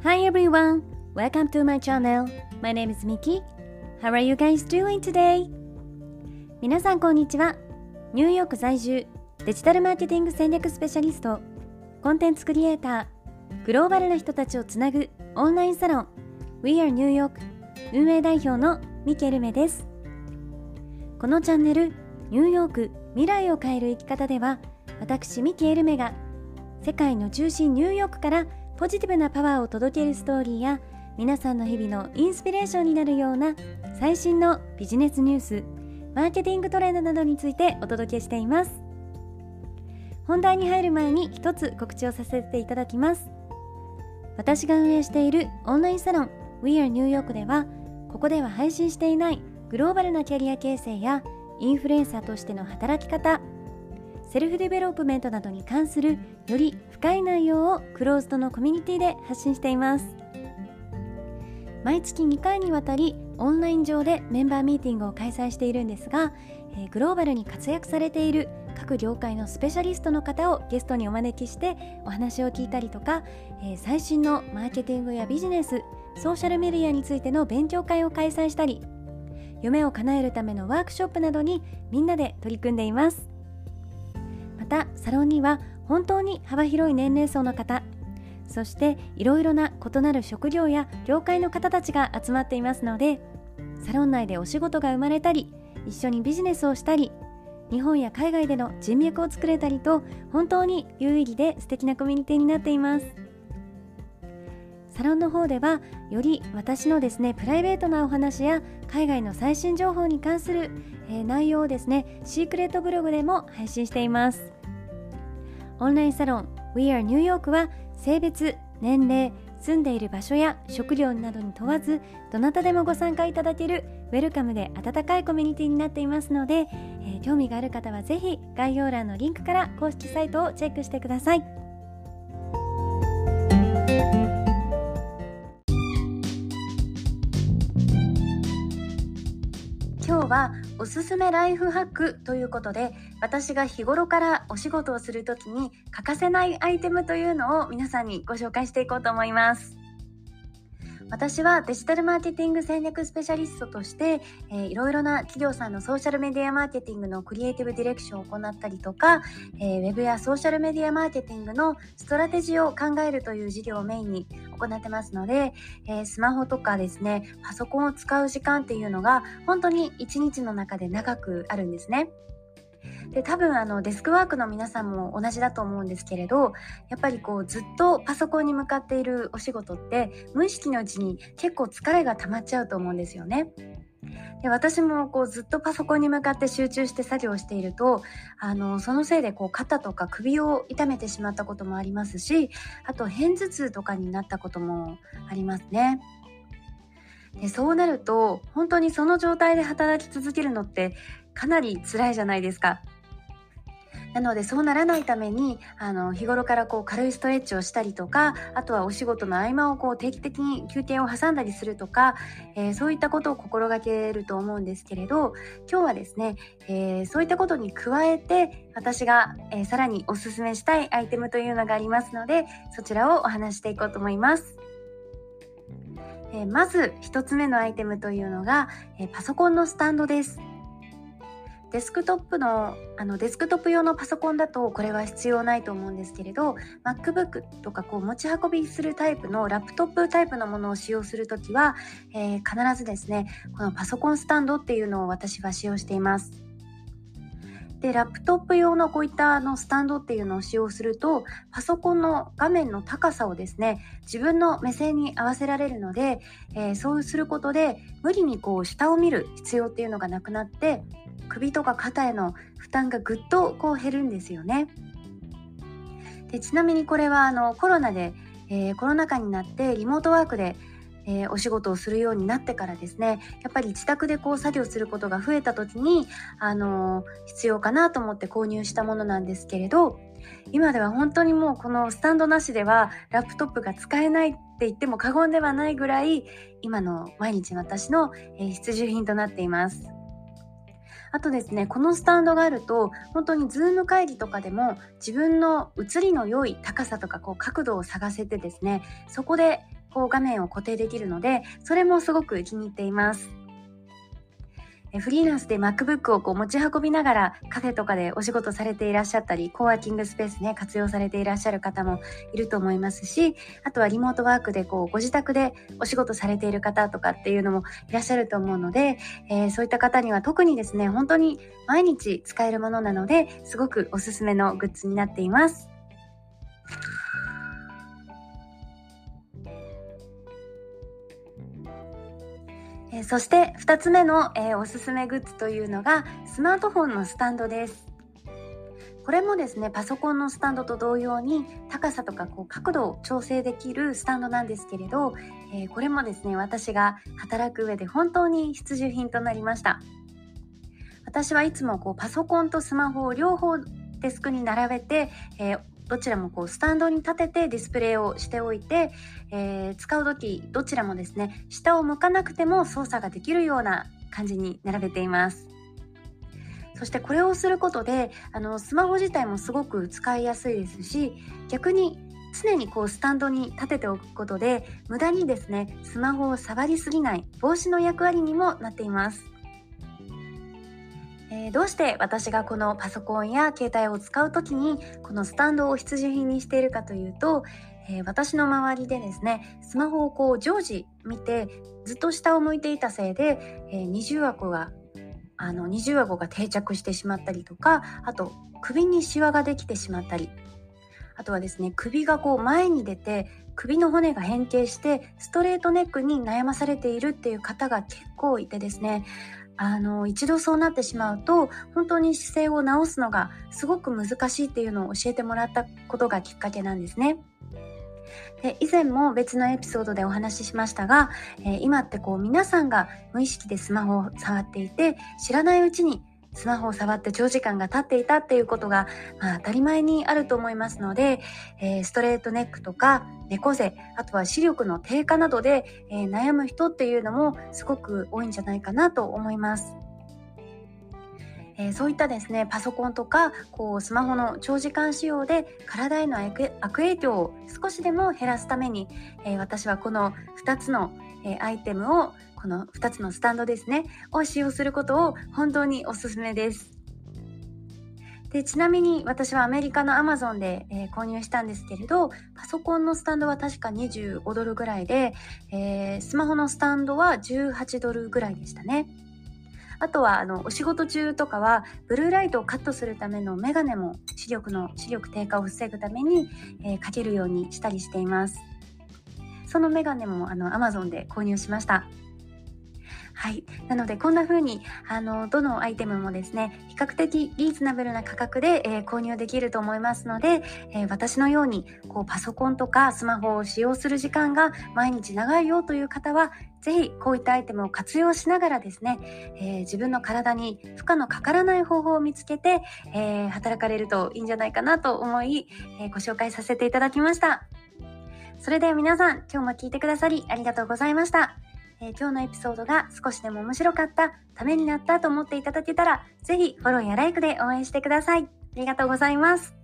Hi everyone, welcome to my channel. My name is Miki. How are you guys doing today? 皆さんこんにちは。ニューヨーク在住、デジタルマーケティング戦略スペシャリスト、コンテンツクリエイター、グローバルな人たちをつなぐオンラインサロン We are New York 運営代表のミキエルメです。このチャンネルニューヨーク未来を変える生き方では、私ミキエルメが世界の中心ニューヨークからポジティブなパワーを届けるストーリーや、皆さんの日々のインスピレーションになるような最新のビジネスニュース、マーケティングトレンドなどについてお届けしています。本題に入る前に一つ告知をさせていただきます。私が運営しているオンラインサロン We are New York では、ここでは配信していないグローバルなキャリア形成やインフルエンサーとしての働き方、セルフデベロップメントなどに関するより深い内容をクローズドのコミュニティで発信しています。毎月2回にわたりオンライン上でメンバーミーティングを開催しているんですが、グローバルに活躍されている各業界のスペシャリストの方をゲストにお招きしてお話を聞いたりとか、最新のマーケティングやビジネス、ソーシャルメディアについての勉強会を開催したり、夢を叶えるためのワークショップなどにみんなで取り組んでいます。またサロンには本当に幅広い年齢層の方、そしていろいろな異なる職業や業界の方たちが集まっていますので、サロン内でお仕事が生まれたり、一緒にビジネスをしたり、日本や海外での人脈を作れたりと、本当に有意義で素敵なコミュニティになっています。サロンの方ではより私のですね、プライベートなお話や海外の最新情報に関する、内容をですね、シークレットブログでも配信しています。オンラインサロン We are New York は性別、年齢、住んでいる場所や職業などに問わず、どなたでもご参加いただけるウェルカムで温かいコミュニティになっていますので、興味がある方はぜひ概要欄のリンクから公式サイトをチェックしてください。今日はおすすめライフハックということで、私が日頃からお仕事をするときに欠かせないアイテムというのを皆さんにご紹介していこうと思います。私はデジタルマーケティング戦略スペシャリストとして、いろいろな企業さんのソーシャルメディアマーケティングのクリエイティブディレクションを行ったりとか、ウェブやソーシャルメディアマーケティングのストラテジーを考えるという事業をメインに行ってますので、スマホとかですね、パソコンを使う時間っていうのが本当に一日の中で長くあるんですね。で、多分デスクワークの皆さんも同じだと思うんですけれど、やっぱりずっとパソコンに向かっているお仕事って無意識のうちに結構疲れが溜まっちゃうと思うんですよね。で、私もずっとパソコンに向かって集中して作業していると、そのせいで肩とか首を痛めてしまったこともありますし、あと片頭痛とかになったこともありますね。で、そうなると本当にその状態で働き続けるのってかなり辛いじゃないですか。なのでそうならないために日頃から軽いストレッチをしたりとか、あとはお仕事の合間を定期的に休憩を挟んだりするとか、そういったことを心がけると思うんですけれど、今日はですね、そういったことに加えて私が、さらにおすすめしたいアイテムというのがありますので、そちらをお話していこうと思います。まず一つ目のアイテムというのが、パソコンのスタンドです。デスクトップ用のパソコンだとこれは必要ないと思うんですけれど、 MacBook とか持ち運びするタイプのラップトップタイプのものを使用するときは、必ずですね、このパソコンスタンドっていうのを私は使用しています。で、ラップトップ用のこういったスタンドっていうのを使用すると、パソコンの画面の高さをですね、自分の目線に合わせられるので、そうすることで無理に下を見る必要っていうのがなくなって、首とか肩への負担がぐっと減るんですよね。で、ちなみにこれはコロナ禍になってリモートワークでお仕事をするようになってからですね、やっぱり自宅で作業することが増えた時に必要かなと思って購入したものなんですけれど、今では本当にもうこのスタンドなしではラップトップが使えないって言っても過言ではないぐらい、今の毎日私の必需品となっています。あとですね、このスタンドがあると本当にズーム会議とかでも自分の写りの良い高さとか角度を探せてですね、そこでこう画面を固定できるので、それもすごく気に入っています。フリーランスで MacBook を持ち運びながらカフェとかでお仕事されていらっしゃったり、コワーキングスペースね、活用されていらっしゃる方もいると思いますし、あとはリモートワークでご自宅でお仕事されている方とかっていうのもいらっしゃると思うので、そういった方には特にですね、本当に毎日使えるものなので、すごくおすすめのグッズになっています。そして2つ目の、おすすめグッズというのがスマートフォンのスタンドです。これもですね、パソコンのスタンドと同様に高さとか角度を調整できるスタンドなんですけれど、これもですね、私が働く上で本当に必需品となりました。私はいつもパソコンとスマホを両方デスクに並べて、どちらもスタンドに立ててディスプレイをしておいて、使う時どちらもですね、下を向かなくても操作ができるような感じに並べています。そしてこれをすることでスマホ自体もすごく使いやすいですし、逆に常にスタンドに立てておくことで無駄にですね、スマホを触りすぎない防止の役割にもなっています。どうして私がこのパソコンや携帯を使うときにこのスタンドを必需品にしているかというと、私の周りでですね、スマホを常時見てずっと下を向いていたせいで、二重顎が定着してしまったりとか、あと首にシワができてしまったり、あとはですね、首が前に出て首の骨が変形してストレートネックに悩まされているっていう方が結構いてですね、一度そうなってしまうと本当に姿勢を直すのがすごく難しいっていうのを教えてもらったことがきっかけなんですね。で、以前も別のエピソードでお話ししましたが、今って皆さんが無意識でスマホを触っていて、知らないうちにスマホを触って長時間が経っていたっていうことが、当たり前にあると思いますので、ストレートネックとか猫背、あとは視力の低下などで、悩む人っていうのもすごく多いんじゃないかなと思います。そういったですね、パソコンとかスマホの長時間使用で体への悪影響を少しでも減らすために、私はこの2つの、アイテムを、この2つのスタンドですねを使用することを本当におすすめです。で、ちなみに私はアメリカの Amazon で、購入したんですけれど、パソコンのスタンドは確か25ドルぐらいで、スマホのスタンドは18ドルぐらいでしたね。あとはお仕事中とかはブルーライトをカットするためのメガネも視力低下を防ぐために、かけるようにしたりしています。そのメガネもAmazon で購入しました。はい、なのでこんな風にどのアイテムもですね、比較的リーズナブルな価格で、購入できると思いますので、私のようにパソコンとかスマホを使用する時間が毎日長いよという方は、ぜひこういったアイテムを活用しながらですね、自分の体に負荷のかからない方法を見つけて、働かれるといいんじゃないかなと思い、ご紹介させていただきました。それでは皆さん、今日も聞いてくださりありがとうございました。今日のエピソードが少しでも面白かった、ためになったと思っていただけたら、ぜひフォローやライクで応援してください。ありがとうございます。